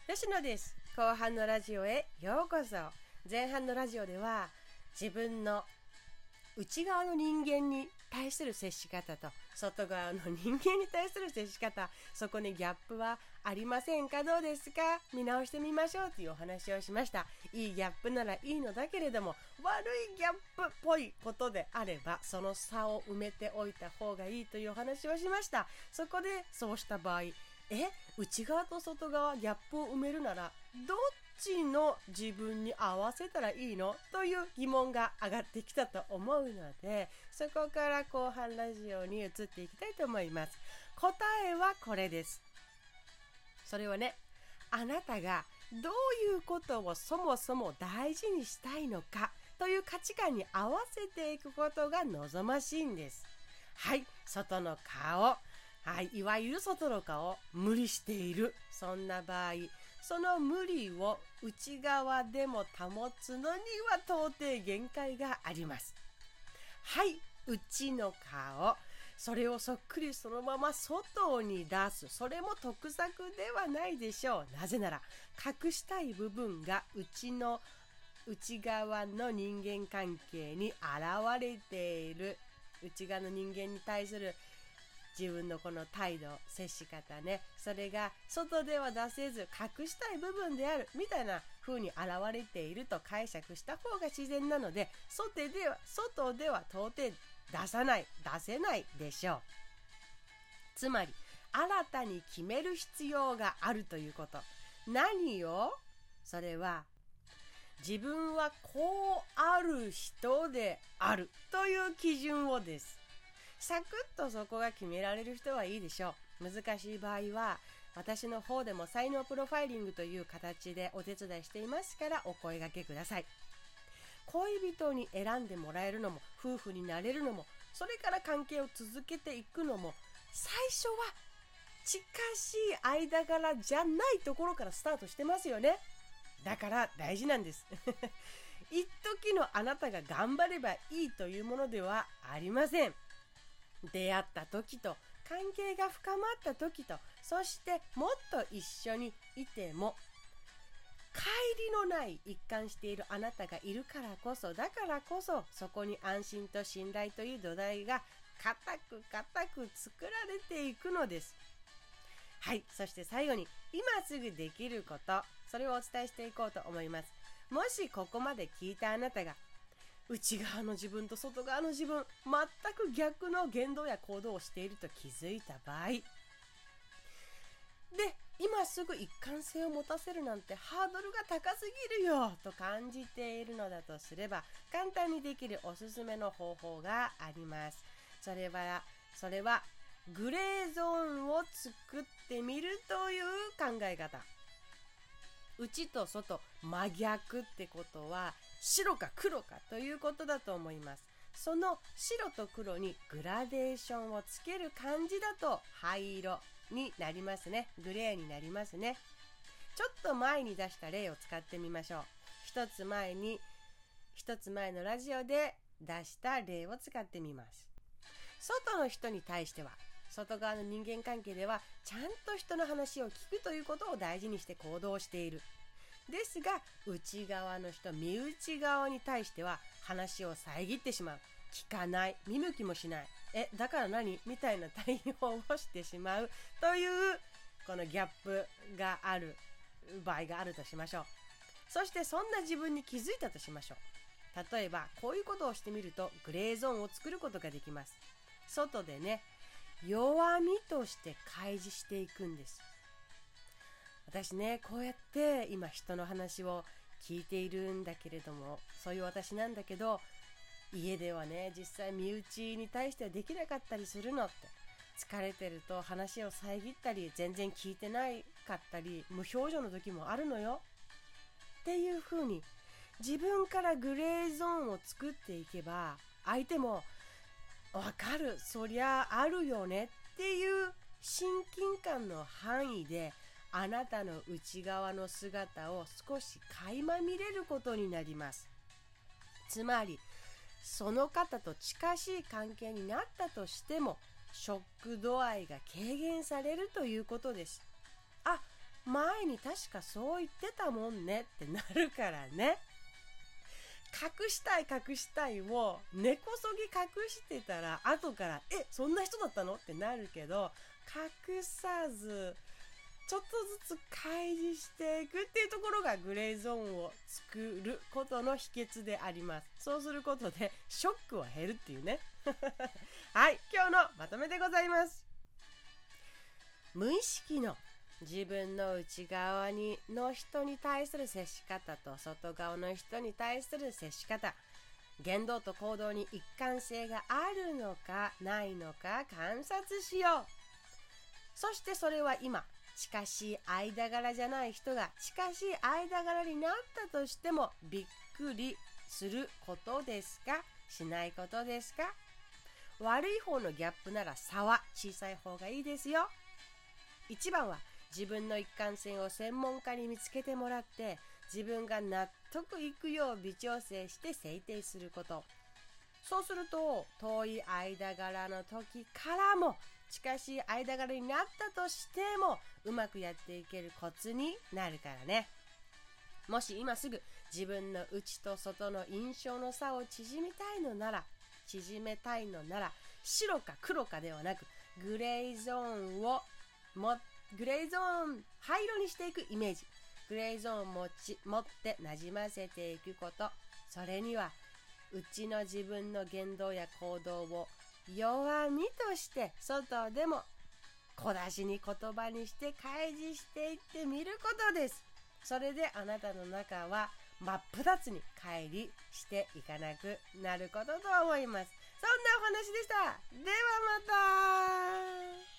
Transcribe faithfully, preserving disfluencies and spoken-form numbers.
吉野です。後半のラジオへようこそ。前半のラジオでは自分の内側の人間に対する接し方と外側の人間に対する接し方、そこにギャップはありませんか？どうですか？見直してみましょうというお話をしました。いいギャップならいいのだけれども、悪いギャップっぽいことであればその差を埋めておいた方がいいというお話をしました。そこでそうした場合、え内側と外側ギャップを埋めるならどっちの自分に合わせたらいいのという疑問が上がってきたと思うので、そこから後半ラジオに移っていきたいと思います。答えはこれです。それはね、あなたがどういうことをそもそも大事にしたいのかという価値観に合わせていくことが望ましいんです。はい、外の顔、はい、いわゆる外の顔、無理している。そんな場合、その無理を内側でも保つのには到底限界があります。はい、内の顔、それをそっくりそのまま外に出す。それも得策ではないでしょう。なぜなら、隠したい部分が内の内側の人間関係に現れている。内側の人間に対する自分のこの態度、接し方ね、それが外では出せず隠したい部分であるみたいな風に現れていると解釈した方が自然なので、外では外では到底出さない、出せないでしょう。つまり新たに決める必要があるということ。何を？それは自分はこうある人であるという基準をです。サクッとそこが決められる人はいいでしょう。難しい場合は私の方でも才能プロファイリングという形でお手伝いしていますからお声掛けください。恋人に選んでもらえるのも、夫婦になれるのも、それから関係を続けていくのも、最初は近しい間柄じゃないところからスタートしてますよね。だから大事なんです一時のあなたが頑張ればいいというものではありません。出会った時と関係が深まった時と、そしてもっと一緒にいても乖離のない一貫しているあなたがいるからこそ、だからこそそこに安心と信頼という土台が固く固く作られていくのです。はい、そして最後に今すぐできること、それをお伝えしていこうと思います。もしここまで聞いたあなたが内側の自分と外側の自分、全く逆の言動や行動をしていると気づいた場合で、今すぐ一貫性を持たせるなんてハードルが高すぎるよと感じているのだとすれば、簡単にできるおすすめの方法があります。それはそれはグレーゾーンを作ってみるという考え方。内と外真逆ってことは白か黒かということだと思います。その白と黒にグラデーションをつける感じだと灰色になりますね。グレーになりますね。ちょっと前に出した例を使ってみましょう。一つ前に一つ前のラジオで出した例を使ってみます。外の人に対しては、外側の人間関係ではちゃんと人の話を聞くということを大事にして行動している。ですが内側の人、身内側に対しては話を遮ってしまう、聞かない、見向きもしない、えだから何みたいな対応をしてしまうというこのギャップがある場合があるとしましょう。そしてそんな自分に気づいたとしましょう。例えばこういうことをしてみるとグレーゾーンを作ることができます。外でね、弱みとして開示していくんです。私ね、こうやって今人の話を聞いているんだけれども、そういう私なんだけど、家ではね、実際身内に対してはできなかったりするのって。疲れてると話を遮ったり、全然聞いてないかったり、無表情の時もあるのよっていう風に自分からグレーゾーンを作っていけば、相手もわかる、そりゃあるよねっていう親近感の範囲であなたの内側の姿を少し垣間見れることになります。つまりその方と近しい関係になったとしてもショック度合いが軽減されるということです。あ、 前に確かそう言ってたもんねってなるからね。隠したい隠したいを根こそぎ隠してたら後からえそんな人だったのってなるけど、隠さずちょっとずつ開示していくっていうところがグレーゾーンを作ることの秘訣であります。そうすることでショックは減るっていうねはい、今日のまとめでございます。無意識の自分の内側にの人に対する接し方と外側の人に対する接し方、言動と行動に一貫性があるのかないのか観察しよう。そしてそれは今近しい間柄じゃない人が近しい間柄になったとしてもびっくりすることですか、しないことですか。悪い方のギャップなら差は小さい方がいいですよ。一番は自分の一貫性を専門家に見つけてもらって、自分が納得いくよう微調整して制定すること。そうすると遠い間柄の時からも近しい間柄になったとしてもうまくやっていけるコツになるからね。もし今すぐ自分の内と外の印象の差を縮みたいのなら縮めたいのなら白か黒かではなくグレーゾーンをもグレーゾーン灰色にしていくイメージ。グレーゾーンを持ち持ってなじませていくこと。それには内の自分の言動や行動を弱みとして外でも小出しに言葉にして開示していってみることです。それであなたの中は真っ二つに乖離していかなくなることと思います。そんなお話でした。ではまた。